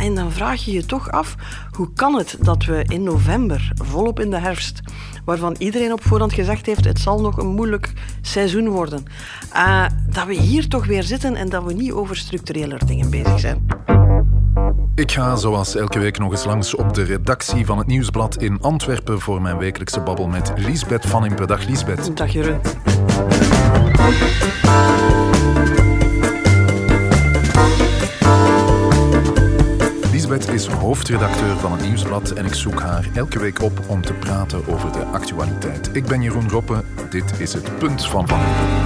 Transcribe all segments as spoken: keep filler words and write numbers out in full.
en dan vraag je je toch af, hoe kan het dat we in november, volop in de herfst, waarvan iedereen op voorhand gezegd heeft, het zal nog een moeilijk seizoen worden, uh, dat we hier toch weer zitten en dat we niet over structurele dingen bezig zijn. Ik ga zoals elke week nog eens langs op de redactie van het Nieuwsblad in Antwerpen voor mijn wekelijkse babbel met Liesbeth Van Impe. Dag Liesbeth. Dag Jeroen. Liesbeth is hoofdredacteur van het Nieuwsblad en ik zoek haar elke week op om te praten over de actualiteit. Ik ben Jeroen Roppe, dit is het Punt van Van Impe.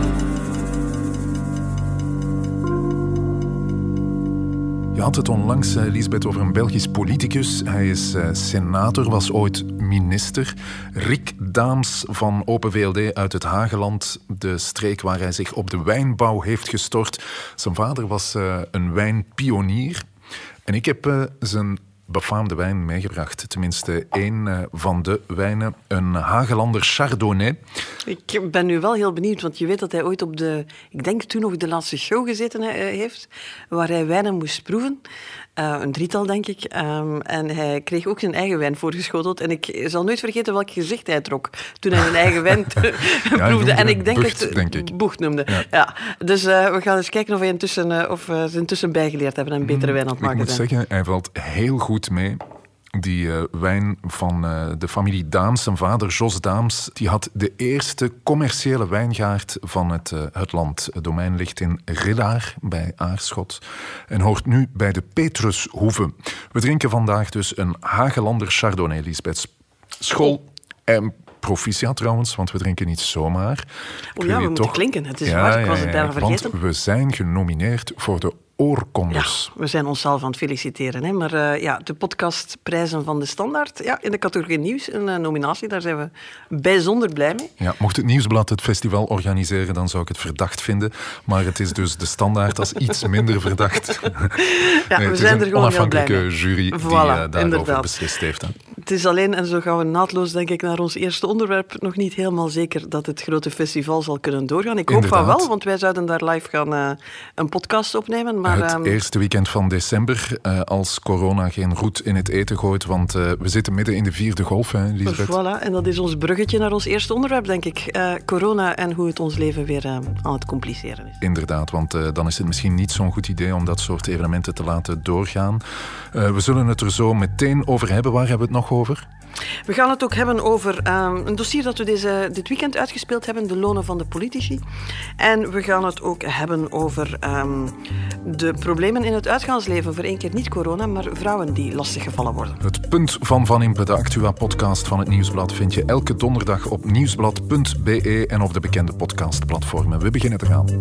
Je had het onlangs, Liesbeth, over een Belgisch politicus. Hij is uh, senator, was ooit minister. Rick Daams van Open V L D uit het Hageland, de streek waar hij zich op de wijnbouw heeft gestort. Zijn vader was uh, een wijnpionier. En ik heb uh, zijn befaamde wijn meegebracht. Tenminste, één uh, van de wijnen. Een Hagelander Chardonnay. Ik ben nu wel heel benieuwd, want je weet dat hij ooit op de, ik denk toen nog de laatste show gezeten uh, heeft, waar hij wijnen moest proeven. Uh, een drietal, denk ik. Um, en hij kreeg ook zijn eigen wijn voorgeschoteld. En ik zal nooit vergeten welk gezicht hij trok toen hij zijn eigen wijn ja, proefde. En ik denk Bucht, het denk ik. Boegt noemde. Ja. Ja. Dus uh, we gaan eens kijken of, hij intussen, uh, of uh, ze intussen bijgeleerd hebben en een betere wijn aan het maken zijn. Ik moet zijn. zeggen, hij valt heel goed mee. Die uh, wijn van uh, de familie Daams, zijn vader Jos Daams, die had de eerste commerciële wijngaard van het, uh, het land. Het domein ligt in Rillaar bij Aarschot en hoort nu bij de Petrushoeve. We drinken vandaag dus een Hagelander Chardonnay, Liesbeth. School en proficiat trouwens, want we drinken niet zomaar. Oh ja, we moeten toch... klinken. Het is ja, waar, ik was ja, het bijna ja, vergeten. Want we zijn genomineerd voor de oorkondes. Ja, we zijn onszelf aan het feliciteren. Hè? Maar uh, ja, de podcastprijzen van de Standaard, ja, in de categorie nieuws, een uh, nominatie, daar zijn we bijzonder blij mee. Ja, mocht het Nieuwsblad het festival organiseren, dan zou ik het verdacht vinden. Maar het is dus de Standaard als iets minder verdacht. Ja, nee, we zijn er gewoon heel blij mee. Het is een onafhankelijke jury die voilà, uh, daarover inderdaad. beslist heeft. Hè. Het is alleen, en zo gaan we naadloos denk ik naar ons eerste onderwerp, nog niet helemaal zeker dat het grote festival zal kunnen doorgaan. Ik hoop Inderdaad. van wel, want wij zouden daar live gaan uh, een podcast opnemen. Maar, het um... eerste weekend van december, uh, als corona geen roet in het eten gooit, want uh, we zitten midden in de vierde golf, hè, Liesbeth. Voilà, en dat is ons bruggetje naar ons eerste onderwerp, denk ik. Uh, corona en hoe het ons leven weer uh, aan het compliceren is. Inderdaad, want uh, dan is het misschien niet zo'n goed idee om dat soort evenementen te laten doorgaan. Uh, we zullen het er zo meteen over hebben. Waar hebben we het nog over? We gaan het ook hebben over um, een dossier dat we deze, dit weekend uitgespeeld hebben, de lonen van de politici. En we gaan het ook hebben over um, de problemen in het uitgaansleven. Voor één keer niet corona, maar vrouwen die lastiggevallen worden. Het Punt van Van Impe, de Actua-podcast van het Nieuwsblad, vind je elke donderdag op nieuwsblad punt b e en op de bekende podcastplatformen. We beginnen te gaan.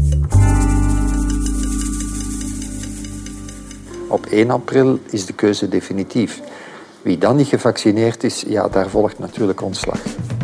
Op één april is de keuze definitief. Wie dan niet gevaccineerd is, ja, daar volgt natuurlijk ontslag.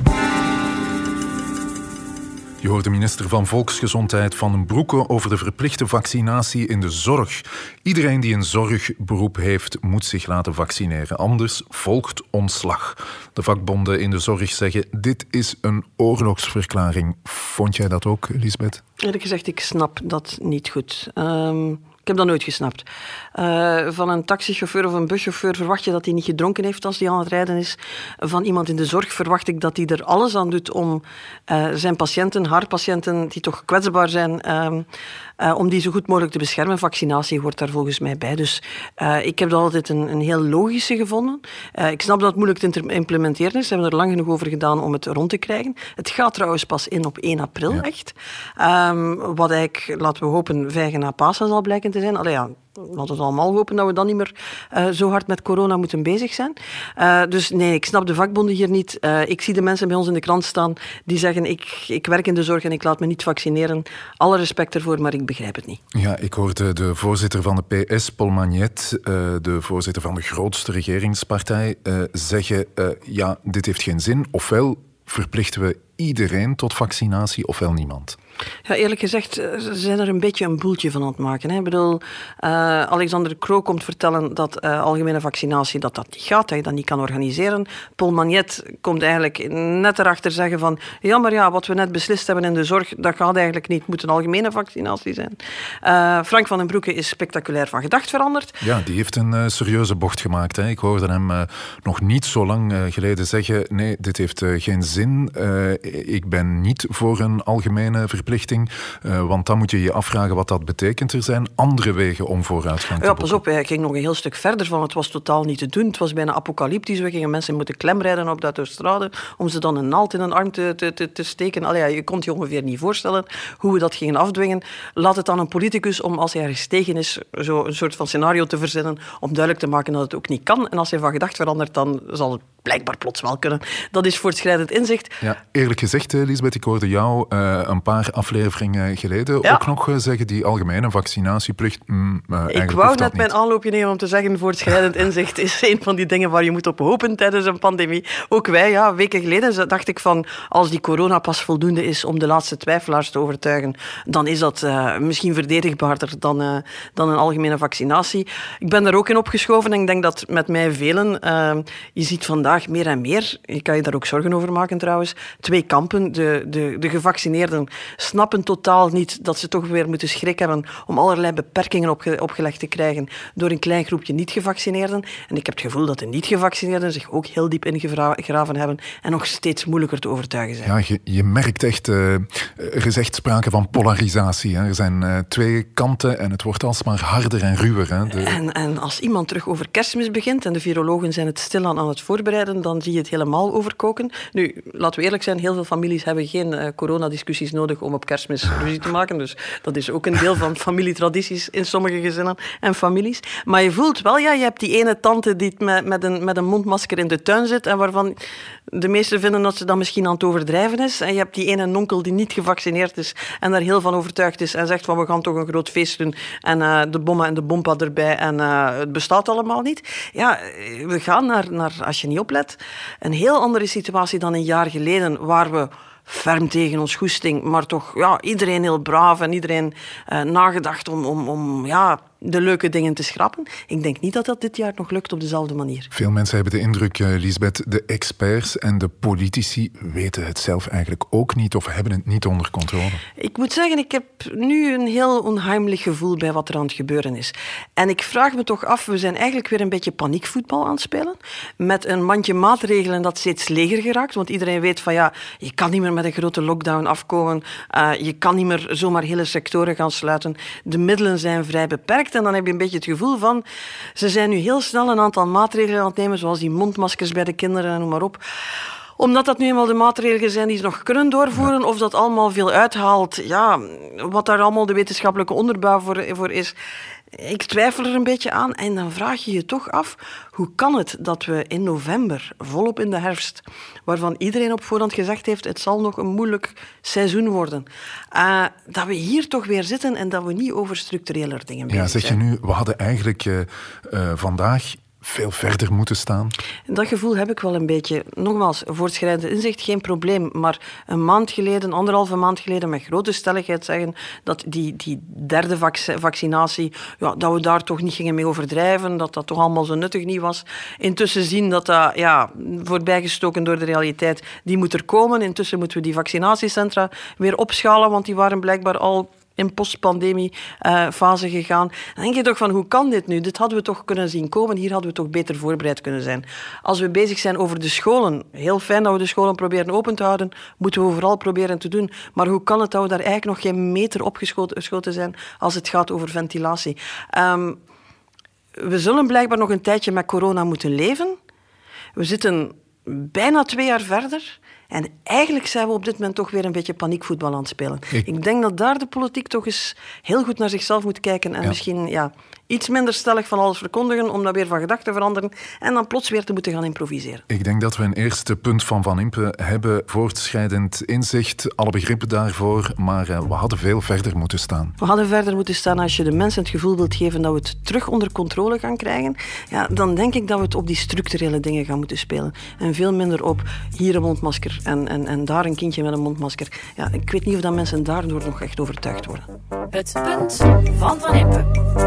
Je hoort de minister van Volksgezondheid Van den Broeke over de verplichte vaccinatie in de zorg. Iedereen die een zorgberoep heeft, moet zich laten vaccineren. Anders volgt ontslag. De vakbonden in de zorg zeggen, dit is een oorlogsverklaring. Vond jij dat ook, Liesbeth? Eerlijk gezegd, ik snap dat niet goed. Um... Ik heb dat nooit gesnapt. Uh, van een taxichauffeur of een buschauffeur verwacht je dat hij niet gedronken heeft als hij aan het rijden is. Van iemand in de zorg verwacht ik dat hij er alles aan doet om uh, zijn patiënten, haar patiënten, die toch kwetsbaar zijn, uh, uh, om die zo goed mogelijk te beschermen. Vaccinatie hoort daar volgens mij bij. Dus uh, ik heb dat altijd een, een heel logische gevonden. Uh, ik snap dat het moeilijk te implementeren is. We hebben er lang genoeg over gedaan om het rond te krijgen. Het gaat trouwens pas in op één april, ja. Echt. Um, wat eigenlijk, laten we hopen, vijgen na Pasen zal blijken te zijn. Allee, ja, laten we allemaal hopen dat we dan niet meer uh, zo hard met corona moeten bezig zijn. Uh, dus nee, ik snap de vakbonden hier niet. Uh, ik zie de mensen bij ons in de krant staan die zeggen, ik, ik werk in de zorg en ik laat me niet vaccineren. Alle respect ervoor, maar ik begrijp het niet. Ja, ik hoorde de voorzitter van de P S, Paul Magnet, uh, de voorzitter van de grootste regeringspartij, uh, zeggen, uh, ja, dit heeft geen zin. Ofwel verplichten we iedereen tot vaccinatie ofwel niemand? Ja, eerlijk gezegd, ze zijn er een beetje een boeltje van aan het maken. Hè. Ik bedoel, uh, Alexander De Croo komt vertellen dat uh, algemene vaccinatie dat dat niet gaat, dat je dat niet kan organiseren. Paul Magnet komt eigenlijk net erachter zeggen van ja, maar ja, wat we net beslist hebben in de zorg, dat gaat eigenlijk niet. Het moet een algemene vaccinatie zijn. Uh, Frank van den Broeke is spectaculair van gedacht veranderd. Ja, die heeft een uh, serieuze bocht gemaakt. Hè. Ik hoorde hem uh, nog niet zo lang uh, geleden zeggen, nee, dit heeft uh, geen zin. Uh, ik ben niet voor een algemene verplichting. Verplichting, uh, want dan moet je je afvragen wat dat betekent. Er zijn andere wegen om vooruitgang te Ja, boeken. pas op, hij ging nog een heel stuk verder van. Het was totaal niet te doen. Het was bijna apocalyptisch. We gingen mensen moeten klemrijden op de autostrade om ze dan een naald in een arm te, te, te, te steken. Allee, ja, je kon je ongeveer niet voorstellen hoe we dat gingen afdwingen. Laat het aan een politicus om, als hij ergens tegen is, zo een soort van scenario te verzinnen om duidelijk te maken dat het ook niet kan. En als hij van gedacht verandert, dan zal het blijkbaar plots wel kunnen. Dat is voortschrijdend inzicht. Ja, eerlijk gezegd, Lisbeth, ik hoorde jou uh, een paar afleveringen geleden ja. ook nog uh, zeggen die algemene vaccinatieplicht. Mm, uh, ik wou net mijn aanloopje nemen om te zeggen voortschrijdend inzicht is een van die dingen waar je moet op hopen tijdens een pandemie. Ook wij, ja, weken geleden dacht ik van als die coronapas voldoende is om de laatste twijfelaars te overtuigen, dan is dat uh, misschien verdedigbaarder dan, uh, dan een algemene vaccinatie. Ik ben daar ook in opgeschoven en ik denk dat met mij velen, uh, je ziet vandaag meer en meer, je kan je daar ook zorgen over maken trouwens, twee kampen. De, de, de gevaccineerden snappen totaal niet dat ze toch weer moeten schrik hebben om allerlei beperkingen opge, opgelegd te krijgen door een klein groepje niet-gevaccineerden. En ik heb het gevoel dat de niet-gevaccineerden zich ook heel diep ingegraven hebben en nog steeds moeilijker te overtuigen zijn. Ja, je, je merkt echt, uh, er is echt sprake van polarisatie. Hè. Er zijn uh, twee kanten en het wordt alsmaar harder en ruwer. Hè. De... En, en als iemand terug over Kerstmis begint en de virologen zijn het stilaan aan het voorbereiden, dan zie je het helemaal overkoken. Nu, laten we eerlijk zijn, heel veel families hebben geen uh, coronadiscussies nodig om op Kerstmis ruzie te maken. Dus dat is ook een deel van familietradities in sommige gezinnen en families. Maar je voelt wel, ja, je hebt die ene tante die met, met, een, met een mondmasker in de tuin zit en waarvan de meesten vinden dat ze dat misschien aan het overdrijven is. En je hebt die ene onkel die niet gevaccineerd is en daar heel van overtuigd is en zegt van we gaan toch een groot feest doen en uh, de bommen en de bompa erbij en uh, het bestaat allemaal niet. Ja, we gaan naar, naar als je niet oplet, een heel andere situatie dan een jaar geleden, waar we ferm tegen ons goesting, maar toch ja, iedereen heel braaf en iedereen uh, nagedacht om, om, om ja, de leuke dingen te schrappen. Ik denk niet dat dat dit jaar nog lukt op dezelfde manier. Veel mensen hebben de indruk, uh, Lisbeth, de experts en de politici weten het zelf eigenlijk ook niet of hebben het niet onder controle. Ik moet zeggen, ik heb nu een heel onheimelijk gevoel bij wat er aan het gebeuren is. En ik vraag me toch af, we zijn eigenlijk weer een beetje paniekvoetbal aan het spelen, met een mandje maatregelen dat steeds leger geraakt, want iedereen weet van ja, je kan niet meer met een grote lockdown afkomen, uh, je kan niet meer zomaar hele sectoren gaan sluiten, de middelen zijn vrij beperkt. En dan heb je een beetje het gevoel van, ze zijn nu heel snel een aantal maatregelen aan het nemen, zoals die mondmaskers bij de kinderen en noem maar op. Omdat dat nu eenmaal de maatregelen zijn die ze nog kunnen doorvoeren, of dat allemaal veel uithaalt, ja, wat daar allemaal de wetenschappelijke onderbouw voor, voor is. Ik twijfel er een beetje aan en dan vraag je je toch af, hoe kan het dat we in november, volop in de herfst, waarvan iedereen op voorhand gezegd heeft, het zal nog een moeilijk seizoen worden, uh, dat we hier toch weer zitten en dat we niet over structureler dingen bezig zijn. Ja, zeg je nu, we hadden eigenlijk uh, uh, vandaag veel verder moeten staan? Dat gevoel heb ik wel een beetje. Nogmaals, voortschrijdend inzicht, geen probleem. Maar een maand geleden, anderhalve maand geleden, met grote stelligheid zeggen dat die, die derde vac- vaccinatie, ja, dat we daar toch niet gingen mee overdrijven, dat dat toch allemaal zo nuttig niet was. Intussen zien dat dat, ja, voorbijgestoken door de realiteit, die moet er komen. Intussen moeten we die vaccinatiecentra weer opschalen, want die waren blijkbaar al in postpandemie-fase uh, gegaan. Dan denk je toch van, hoe kan dit nu? Dit hadden we toch kunnen zien komen. Hier hadden we toch beter voorbereid kunnen zijn. Als we bezig zijn over de scholen, heel fijn dat we de scholen proberen open te houden, moeten we vooral proberen te doen. Maar hoe kan het dat we daar eigenlijk nog geen meter opgeschoten zijn als het gaat over ventilatie? Um, we zullen blijkbaar nog een tijdje met corona moeten leven. We zitten bijna twee jaar verder. En eigenlijk zijn we op dit moment toch weer een beetje paniekvoetbal aan het spelen. Ik, ik denk dat daar de politiek toch eens heel goed naar zichzelf moet kijken en ja. misschien ja, iets minder stellig van alles verkondigen, om dat weer van gedachten te veranderen en dan plots weer te moeten gaan improviseren. Ik denk dat we een eerste punt van Van Impe hebben, voortschrijdend inzicht, alle begrippen daarvoor, maar uh, we hadden veel verder moeten staan. We hadden verder moeten staan als je de mensen het gevoel wilt geven dat we het terug onder controle gaan krijgen, ja, dan denk ik dat we het op die structurele dingen gaan moeten spelen. En veel minder op hier een mondmasker en, en, en daar een kindje met een mondmasker. Ja, ik weet niet of dat mensen daardoor nog echt overtuigd worden. Het punt van Van Impe.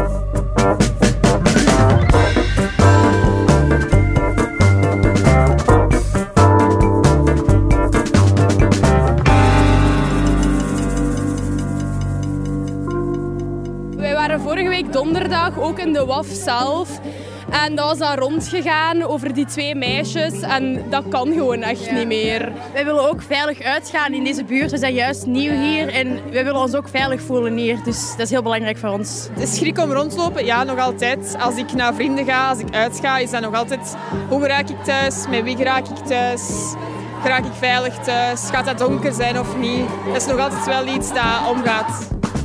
Wij waren vorige week donderdag ook in de W A F zelf. En dat was dan rondgegaan over die twee meisjes. En dat kan gewoon echt ja. niet meer. Wij willen ook veilig uitgaan in deze buurt. We zijn juist nieuw hier en wij willen ons ook veilig voelen hier. Dus dat is heel belangrijk voor ons. Het is schrik om rondlopen, ja, nog altijd. Als ik naar vrienden ga, als ik uitga, is dat nog altijd... Hoe raak ik thuis? Met wie raak ik thuis? Raak ik veilig thuis? Gaat het donker zijn of niet? Dat is nog altijd wel iets dat omgaat.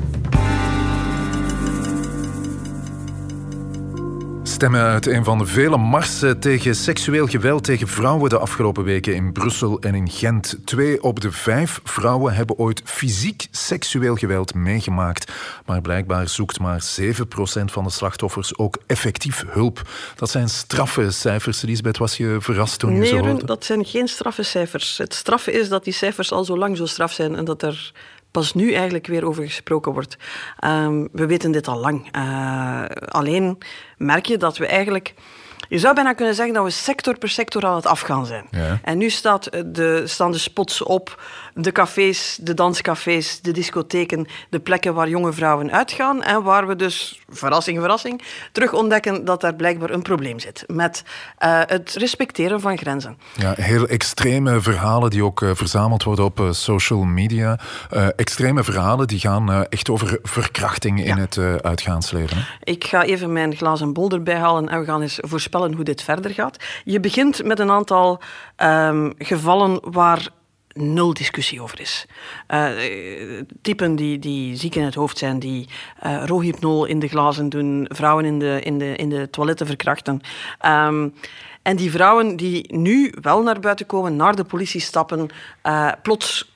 Stemmen uit een van de vele marsen tegen seksueel geweld tegen vrouwen de afgelopen weken in Brussel en in Gent. Twee op de vijf vrouwen hebben ooit fysiek seksueel geweld meegemaakt. Maar blijkbaar zoekt maar zeven procent van de slachtoffers ook effectief hulp. Dat zijn straffe cijfers. Lisbeth, was je verrast toen je nee, ze hoorde? Nee, dat zijn geen straffe cijfers. Het straffe is dat die cijfers al zo lang zo straf zijn en dat er pas nu eigenlijk weer over gesproken wordt. Um, we weten dit al lang. Uh, alleen merk je dat we eigenlijk... Je zou bijna kunnen zeggen dat we sector per sector aan het afgaan zijn. Ja. En nu staat de, staan de spots op, de cafés, de danscafés, de discotheken, de plekken waar jonge vrouwen uitgaan en waar we dus, verrassing, verrassing, terug ontdekken dat daar blijkbaar een probleem zit met uh, het respecteren van grenzen. Ja, heel extreme verhalen die ook uh, verzameld worden op uh, social media. Uh, extreme verhalen die gaan uh, echt over verkrachting in ja. het uh, uitgaansleven. Hè? Ik ga even mijn glazen bol erbij halen en we gaan eens voorspellen hoe dit verder gaat. Je begint met een aantal um, gevallen waar nul discussie over is. Uh, typen die, die ziek in het hoofd zijn, die uh, rohypnol in de glazen doen, vrouwen in de, in de, in de toiletten verkrachten. Um, en die vrouwen die nu wel naar buiten komen, naar de politie stappen, uh, plots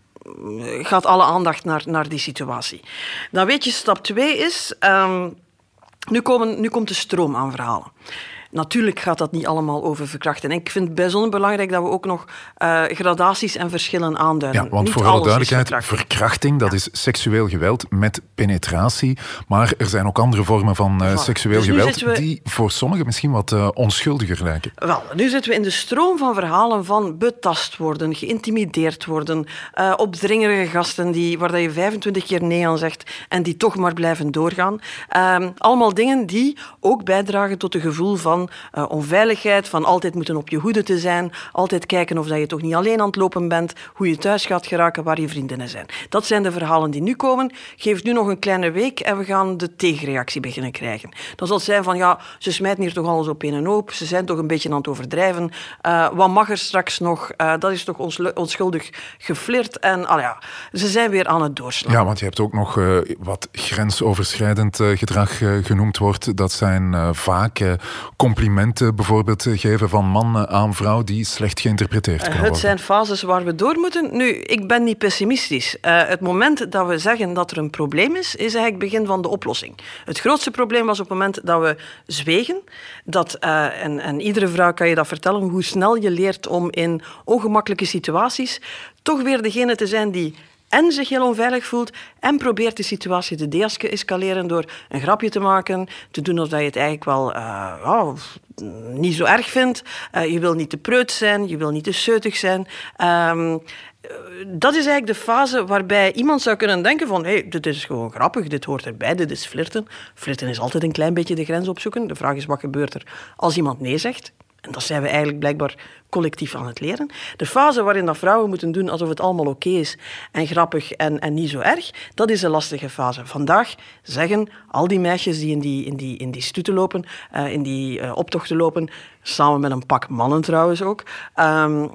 gaat alle aandacht naar, naar die situatie. Dan weet je, stap twee is... Um, nu, komen, nu komt de stroom aan verhalen. Natuurlijk gaat dat niet allemaal over verkrachten. En ik vind het bijzonder belangrijk dat we ook nog uh, gradaties en verschillen aanduiden. Ja, want niet voor alle duidelijkheid, verkrachting, verkrachting dat ja. is seksueel geweld met penetratie. Maar er zijn ook andere vormen van uh, seksueel dus geweld we... die voor sommigen misschien wat uh, onschuldiger lijken. Wel, nu zitten we in de stroom van verhalen van betast worden, geïntimideerd worden, uh, opdringerige gasten die, waar je vijfentwintig keer nee aan zegt en die toch maar blijven doorgaan. Uh, allemaal dingen die ook bijdragen tot een gevoel van Uh, onveiligheid, van altijd moeten op je hoede te zijn, altijd kijken of dat je toch niet alleen aan het lopen bent, hoe je thuis gaat geraken, waar je vriendinnen zijn. Dat zijn de verhalen die nu komen. Geef nu nog een kleine week en we gaan de tegenreactie beginnen krijgen. Dat zal zijn van, ja, ze smijten hier toch alles op één en hoop, ze zijn toch een beetje aan het overdrijven. Uh, wat mag er straks nog? Uh, dat is toch ons, onschuldig geflirt en al ja, ze zijn weer aan het doorslaan. Ja, want je hebt ook nog uh, wat grensoverschrijdend uh, gedrag uh, genoemd wordt. Dat zijn uh, vaak uh, complimenten bijvoorbeeld geven van man aan vrouw die slecht geïnterpreteerd kunnen worden. Het zijn fases waar we door moeten. Nu, ik ben niet pessimistisch. Uh, het moment dat we zeggen dat er een probleem is, is eigenlijk het begin van de oplossing. Het grootste probleem was op het moment dat we zwegen. Dat, uh, en, en iedere vrouw kan je dat vertellen, hoe snel je leert om in ongemakkelijke situaties toch weer degene te zijn die en zich heel onveilig voelt en probeert de situatie te de-escaleren door een grapje te maken, te doen alsof je het eigenlijk wel uh, oh, niet zo erg vindt. Uh, je wil niet te preut zijn, je wil niet te zeutig zijn. Um, dat is eigenlijk de fase waarbij iemand zou kunnen denken van hey, dit is gewoon grappig, dit hoort erbij, dit is flirten. Flirten is altijd een klein beetje de grens opzoeken. De vraag is, wat gebeurt er als iemand nee zegt? En dat zijn we eigenlijk blijkbaar collectief aan het leren. De fase waarin dat vrouwen moeten doen alsof het allemaal oké is en grappig en, en niet zo erg, dat is een lastige fase. Vandaag zeggen al die meisjes die in die, in die, in die stuten lopen, uh, in die uh, optochten lopen, samen met een pak mannen trouwens ook, um,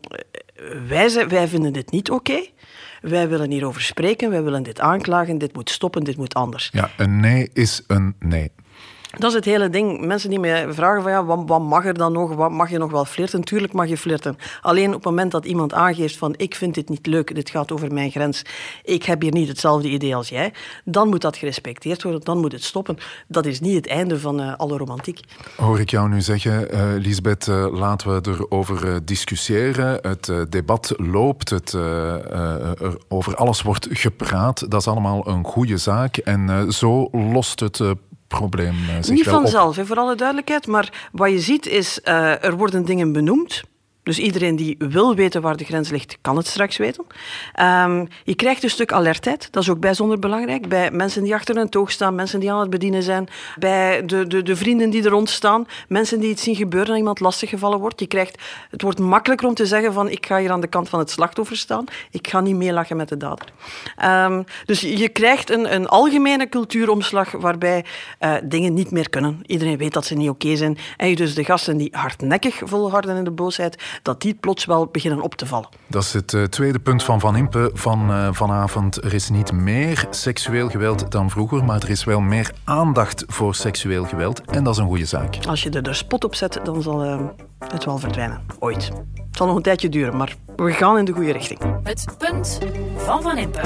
wij, zijn, wij vinden dit niet oké. Wij willen hierover spreken, wij willen dit aanklagen, dit moet stoppen, dit moet anders. Ja, een nee is een nee. Dat is het hele ding. Mensen die mij vragen van ja, wat, wat mag er dan nog? Wat mag je nog wel flirten? Tuurlijk mag je flirten. Alleen op het moment dat iemand aangeeft van ik vind dit niet leuk, dit gaat over mijn grens, ik heb hier niet hetzelfde idee als jij, dan moet dat gerespecteerd worden, dan moet het stoppen. Dat is niet het einde van uh, alle romantiek. Hoor ik jou nu zeggen, uh, Liesbeth, uh, laten we erover uh, discussiëren. Het uh, debat loopt, het, uh, uh, er over alles wordt gepraat. Dat is allemaal een goede zaak en uh, zo lost het uh, probleem uh, zich niet wel op. Niet vanzelf, hè, voor alle duidelijkheid. Maar wat je ziet is, uh, er worden dingen benoemd. Dus iedereen die wil weten waar de grens ligt, kan het straks weten. Um, je krijgt een stuk alertheid. Dat is ook bijzonder belangrijk. Bij mensen die achter een toog staan, mensen die aan het bedienen zijn, bij de, de, de vrienden die er rond staan, mensen die het zien gebeuren en iemand lastiggevallen wordt. Je krijgt, het wordt makkelijker om te zeggen van ik ga hier aan de kant van het slachtoffer staan. Ik ga niet meelachen met de dader. Um, dus je krijgt een, een algemene cultuuromslag waarbij uh, dingen niet meer kunnen. Iedereen weet dat ze niet oké okay zijn. En je dus de gasten die hardnekkig volharden in de boosheid, dat die plots wel beginnen op te vallen. Dat is het uh, tweede punt van Van Impe van uh, vanavond. Er is niet meer seksueel geweld dan vroeger, maar er is wel meer aandacht voor seksueel geweld. En dat is een goede zaak. Als je er de spot op zet, dan zal uh, het wel verdwijnen. Ooit. Het zal nog een tijdje duren, maar we gaan in de goede richting. Het punt van Van Impe.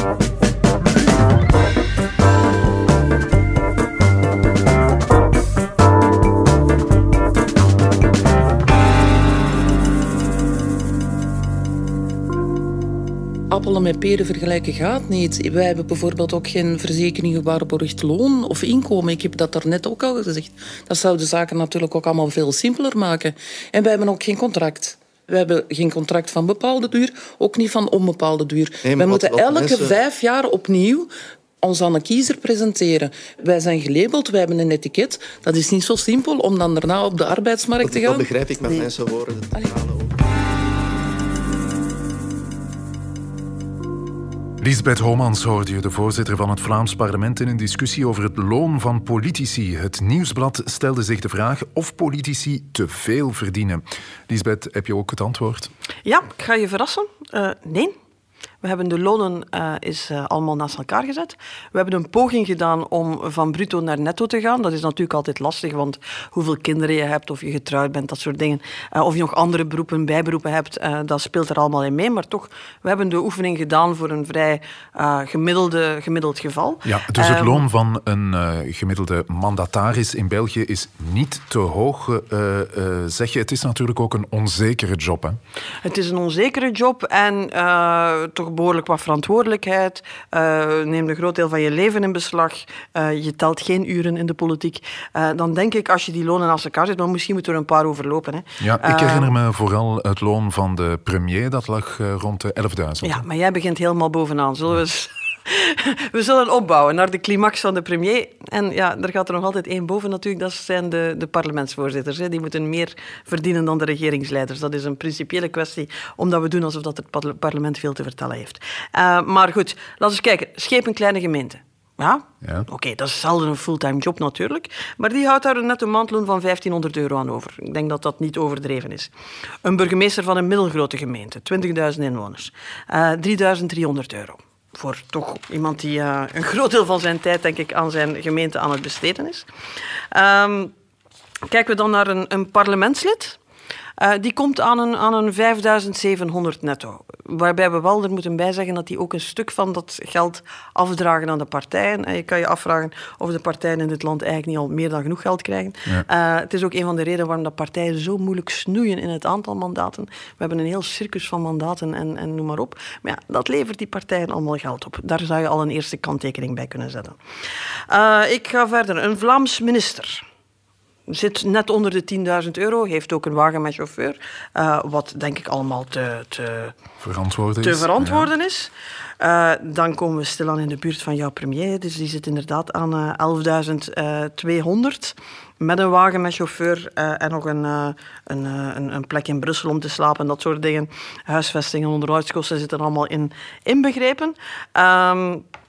Appelen met peren vergelijken gaat niet. Wij hebben bijvoorbeeld ook geen verzekering gewaarborgd loon of inkomen. Ik heb dat daarnet ook al gezegd. Dat zou de zaken natuurlijk ook allemaal veel simpeler maken. En wij hebben ook geen contract. We hebben geen contract van bepaalde duur, ook niet van onbepaalde duur. Nee, wij moeten wat, wat elke mensen... vijf jaar opnieuw ons aan een kiezer presenteren. Wij zijn gelabeld, wij hebben een etiket. Dat is niet zo simpel om dan daarna op de arbeidsmarkt dat, te gaan. Dat begrijp ik met nee. mensen woorden. Liesbeth Homans hoorde je, de voorzitter van het Vlaams Parlement, in een discussie over het loon van politici. Het Nieuwsblad stelde zich de vraag of politici te veel verdienen. Liesbeth, heb je ook het antwoord? Ja, ik ga je verrassen. Uh, nee. We hebben de lonen uh, is, uh, allemaal naast elkaar gezet. We hebben een poging gedaan om van bruto naar netto te gaan. Dat is natuurlijk altijd lastig, want hoeveel kinderen je hebt, of je getrouwd bent, dat soort dingen. Uh, of je nog andere beroepen, bijberoepen hebt, uh, dat speelt er allemaal in mee. Maar toch, we hebben de oefening gedaan voor een vrij uh, gemiddelde, gemiddeld geval. Ja, dus het um, loon van een uh, gemiddelde mandataris in België is niet te hoog, uh, uh, zeg je. Het is natuurlijk ook een onzekere job, hè? Het is een onzekere job en uh, toch behoorlijk wat verantwoordelijkheid. Uh, neem een groot deel van je leven in beslag. Uh, je telt geen uren in de politiek. Uh, dan denk ik, als je die lonen naast elkaar zet, maar misschien moeten er een paar overlopen. Hè. Ja, ik herinner uh, me vooral het loon van de premier. Dat lag uh, rond de elfduizend. Ja, maar jij begint helemaal bovenaan. Zullen we eens... We zullen opbouwen naar de climax van de premier. En ja, er gaat er nog altijd één boven natuurlijk. Dat zijn de, de parlementsvoorzitters. Hè. Die moeten meer verdienen dan de regeringsleiders. Dat is een principiële kwestie, omdat we doen alsof dat het parlement veel te vertellen heeft. Uh, maar goed, laten we eens kijken. Scheep een kleine gemeente. Ja, ja. Oké, okay, dat is zelden een fulltime job natuurlijk. Maar die houdt daar een netto maandloon van vijftienhonderd euro aan over. Ik denk dat dat niet overdreven is. Een burgemeester van een middelgrote gemeente, twintigduizend inwoners, uh, drieduizend driehonderd euro. Voor toch iemand die uh, een groot deel van zijn tijd, denk ik, aan zijn gemeente aan het besteden is. Um, kijken we dan naar een, een parlementslid. Uh, die komt aan een, aan een vijfduizend zevenhonderd netto. Waarbij we wel er moeten bijzeggen dat die ook een stuk van dat geld afdragen aan de partijen. En je kan je afvragen of de partijen in dit land eigenlijk niet al meer dan genoeg geld krijgen. Ja. Uh, het is ook een van de redenen waarom de partijen zo moeilijk snoeien in het aantal mandaten. We hebben een heel circus van mandaten en, en noem maar op. Maar ja, dat levert die partijen allemaal geld op. Daar zou je al een eerste kanttekening bij kunnen zetten. Uh, ik ga verder. Een Vlaams minister. Zit net onder de tienduizend euro, heeft ook een wagen met chauffeur. Uh, wat denk ik allemaal te, te, verantwoorden, te is. verantwoorden ja. is. Uh, dan komen we stilaan in de buurt van jouw premier. Dus die zit inderdaad aan uh, elfduizend tweehonderd. Met een wagen met chauffeur uh, en nog een, uh, een, uh, een, een plek in Brussel om te slapen. Dat soort dingen. Huisvesting en onderhoudskosten zitten er allemaal in inbegrepen. Um,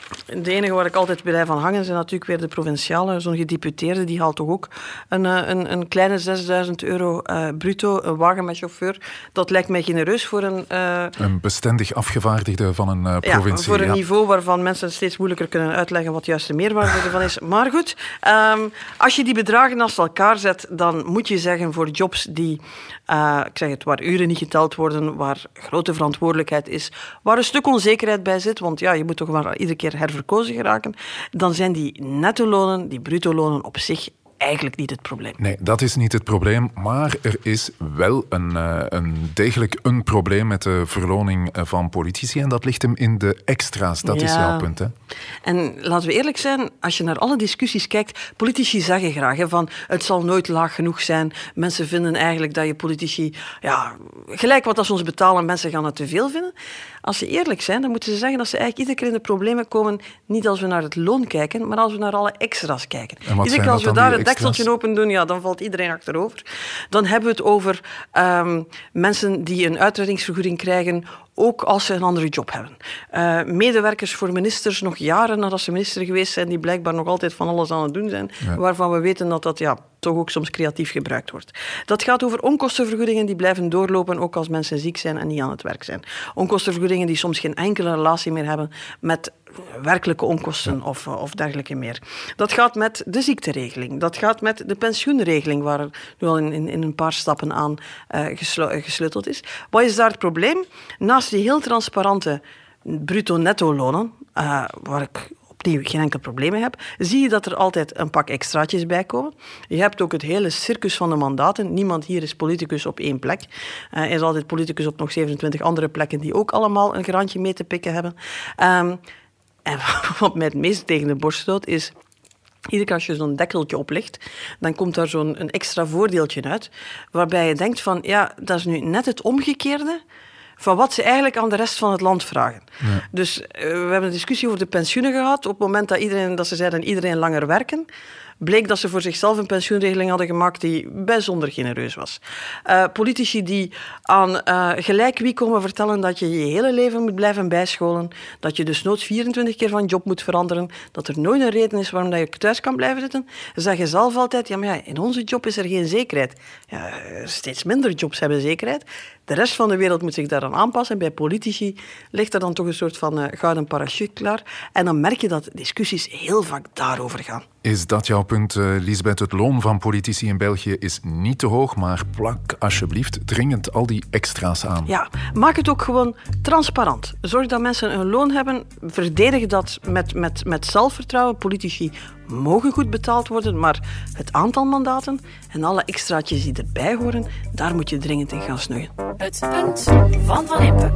De enige waar ik altijd blijf van hangen zijn natuurlijk weer de provinciale. Zo'n gedeputeerde die haalt toch ook een, een, een kleine zesduizend euro uh, bruto, een wagen met chauffeur. Dat lijkt mij genereus voor een... Uh, een bestendig afgevaardigde van een uh, provincie. Ja, voor een ja. niveau waarvan mensen steeds moeilijker kunnen uitleggen wat juist de meerwaarde ervan is. Maar goed, um, als je die bedragen naast elkaar zet, dan moet je zeggen voor jobs die, uh, ik zeg het, waar uren niet geteld worden, waar grote verantwoordelijkheid is, waar een stuk onzekerheid bij zit, want ja, je moet toch maar iedere keer herverkozen geraken, dan zijn die netto-lonen, die bruto-lonen op zich eigenlijk niet het probleem. Nee, dat is niet het probleem, maar er is wel een, uh, een degelijk een probleem met de verloning van politici en dat ligt hem in de extra's. Dat ja. is jouw punt, hè? En laten we eerlijk zijn, als je naar alle discussies kijkt, politici zeggen graag hè, van het zal nooit laag genoeg zijn. Mensen vinden eigenlijk dat je politici, ja, gelijk wat als ze ons betalen, mensen gaan het te veel vinden. Als ze eerlijk zijn, dan moeten ze zeggen dat ze eigenlijk iedere keer in de problemen komen, niet als we naar het loon kijken, maar als we naar alle extra's kijken. Iedere keer als we daar het dekseltje open doen, ja, dan valt iedereen achterover. Dan hebben we het over um, mensen die een uitreddingsvergoeding krijgen, ook als ze een andere job hebben. Uh, medewerkers voor ministers, nog jaren nadat ze minister geweest zijn, die blijkbaar nog altijd van alles aan het doen zijn, ja. waarvan we weten dat dat ja, toch ook soms creatief gebruikt wordt. Dat gaat over onkostenvergoedingen die blijven doorlopen, ook als mensen ziek zijn en niet aan het werk zijn. Onkostenvergoedingen die soms geen enkele relatie meer hebben met werkelijke onkosten ja. of, of dergelijke meer. Dat gaat met de ziekteregeling. Dat gaat met de pensioenregeling, waar er nu al in, in, in een paar stappen aan uh, geslu- gesleuteld is. Wat is daar het probleem? Naast die heel transparante bruto-netto-lonen, uh, waar ik opnieuw geen enkel probleem mee heb, zie je dat er altijd een pak extraatjes bij komen. Je hebt ook het hele circus van de mandaten. Niemand hier is politicus op één plek. Uh, er is altijd politicus op nog zevenentwintig andere plekken die ook allemaal een graantje mee te pikken hebben. Um, En wat mij het meest tegen de borst stoot is, iedere keer als je zo'n dekkeltje oplicht, dan komt daar zo'n een extra voordeeltje uit, waarbij je denkt van, ja, dat is nu net het omgekeerde van wat ze eigenlijk aan de rest van het land vragen. Ja. Dus uh, we hebben een discussie over de pensioenen gehad. Op het moment dat, iedereen, dat ze zeiden iedereen langer werken, bleek dat ze voor zichzelf een pensioenregeling hadden gemaakt die bijzonder genereus was. Uh, politici die aan uh, gelijk wie komen vertellen dat je je hele leven moet blijven bijscholen, dat je dus noods vierentwintig keer van job moet veranderen, dat er nooit een reden is waarom dat je thuis kan blijven zitten, zeggen zelf altijd, ja, maar ja, in onze job is er geen zekerheid. Ja, steeds minder jobs hebben zekerheid. De rest van de wereld moet zich daaraan aanpassen. Bij politici ligt er dan toch een soort van uh, gouden parachute klaar. En dan merk je dat discussies heel vaak daarover gaan. Is dat jouw punt, uh, Lisbeth? Het loon van politici in België is niet te hoog, maar plak alsjeblieft dringend al die extra's aan. Ja, maak het ook gewoon transparant. Zorg dat mensen een loon hebben. Verdedig dat met, met, met zelfvertrouwen. Politici mogen goed betaald worden, maar het aantal mandaten en alle extraatjes die erbij horen, daar moet je dringend in gaan snoeien. Het punt van Van Impe.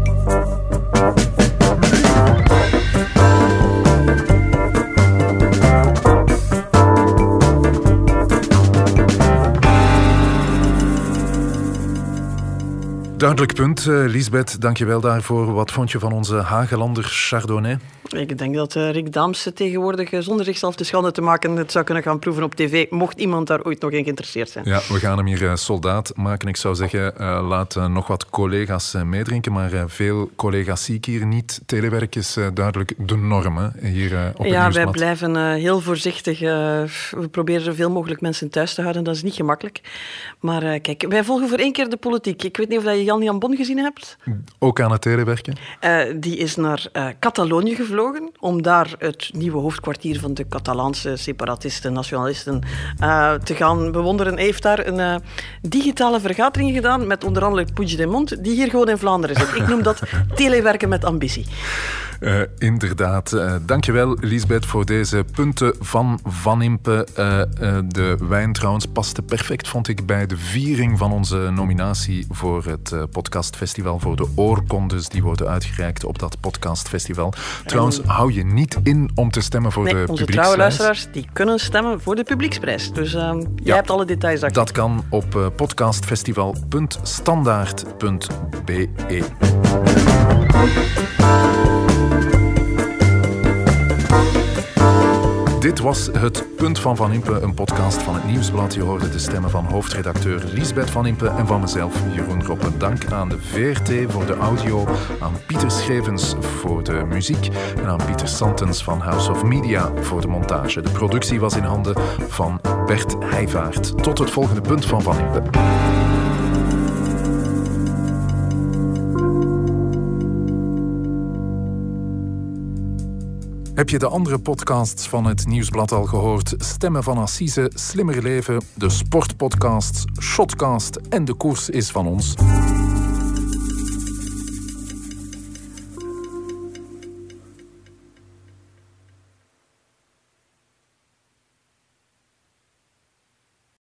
Duidelijk punt, uh, Lisbeth. Dank je wel daarvoor. Wat vond je van onze Hagelander Chardonnay? Ik denk dat uh, Rick Daams tegenwoordig, uh, zonder zichzelf te schande te maken, het zou kunnen gaan proeven op tv, mocht iemand daar ooit nog in geïnteresseerd zijn. Ja, we gaan hem hier uh, soldaat maken. Ik zou zeggen, uh, laat uh, nog wat collega's uh, meedrinken, maar uh, veel collega's zie ik hier niet. Telewerk is uh, duidelijk de norm hè, hier uh, op het Ja, nieuwsblad. wij blijven uh, heel voorzichtig. Uh, we proberen zoveel mogelijk mensen thuis te houden. Dat is niet gemakkelijk. Maar uh, kijk, wij volgen voor één keer de politiek. Ik weet niet of je Jan-Jan Bon gezien hebt. Ook aan het telewerken? Uh, die is naar uh, Catalonië gevlogen om daar het nieuwe hoofdkwartier van de Catalaanse separatisten, nationalisten uh, te gaan bewonderen. Hij heeft daar een uh, digitale vergadering gedaan met onder andere Puigdemont, die hier gewoon in Vlaanderen zit. Ik noem dat telewerken met ambitie. Uh, inderdaad. Uh, dankjewel, Lisbeth, voor deze punten van Van Impe. Uh, uh, de wijn trouwens paste perfect, vond ik, bij de viering van onze nominatie voor het uh, podcastfestival, voor de oorkondes die worden uitgereikt op dat podcastfestival. Trouwens, hou je niet in om te stemmen voor nee, de onze publieksprijs. Trouwe luisteraars die kunnen stemmen voor de publieksprijs. Dus uh, jij ja, hebt alle details daar. Dat kan op uh, podcastfestival punt standaard punt b e. Dit was Het Punt van Van Impe, een podcast van het Nieuwsblad. Je hoorde de stemmen van hoofdredacteur Liesbeth Van Impe en van mezelf, Jeroen Roppe. Dank aan de V R T voor de audio, aan Pieter Schevens voor de muziek en aan Pieter Santens van House of Media voor de montage. De productie was in handen van Bert Heijvaart. Tot het volgende Punt van Van Impe. Heb je de andere podcasts van het Nieuwsblad al gehoord? Stemmen van Assise, Slimmer Leven, de Sportpodcasts, Shotcast en De Koers is van ons.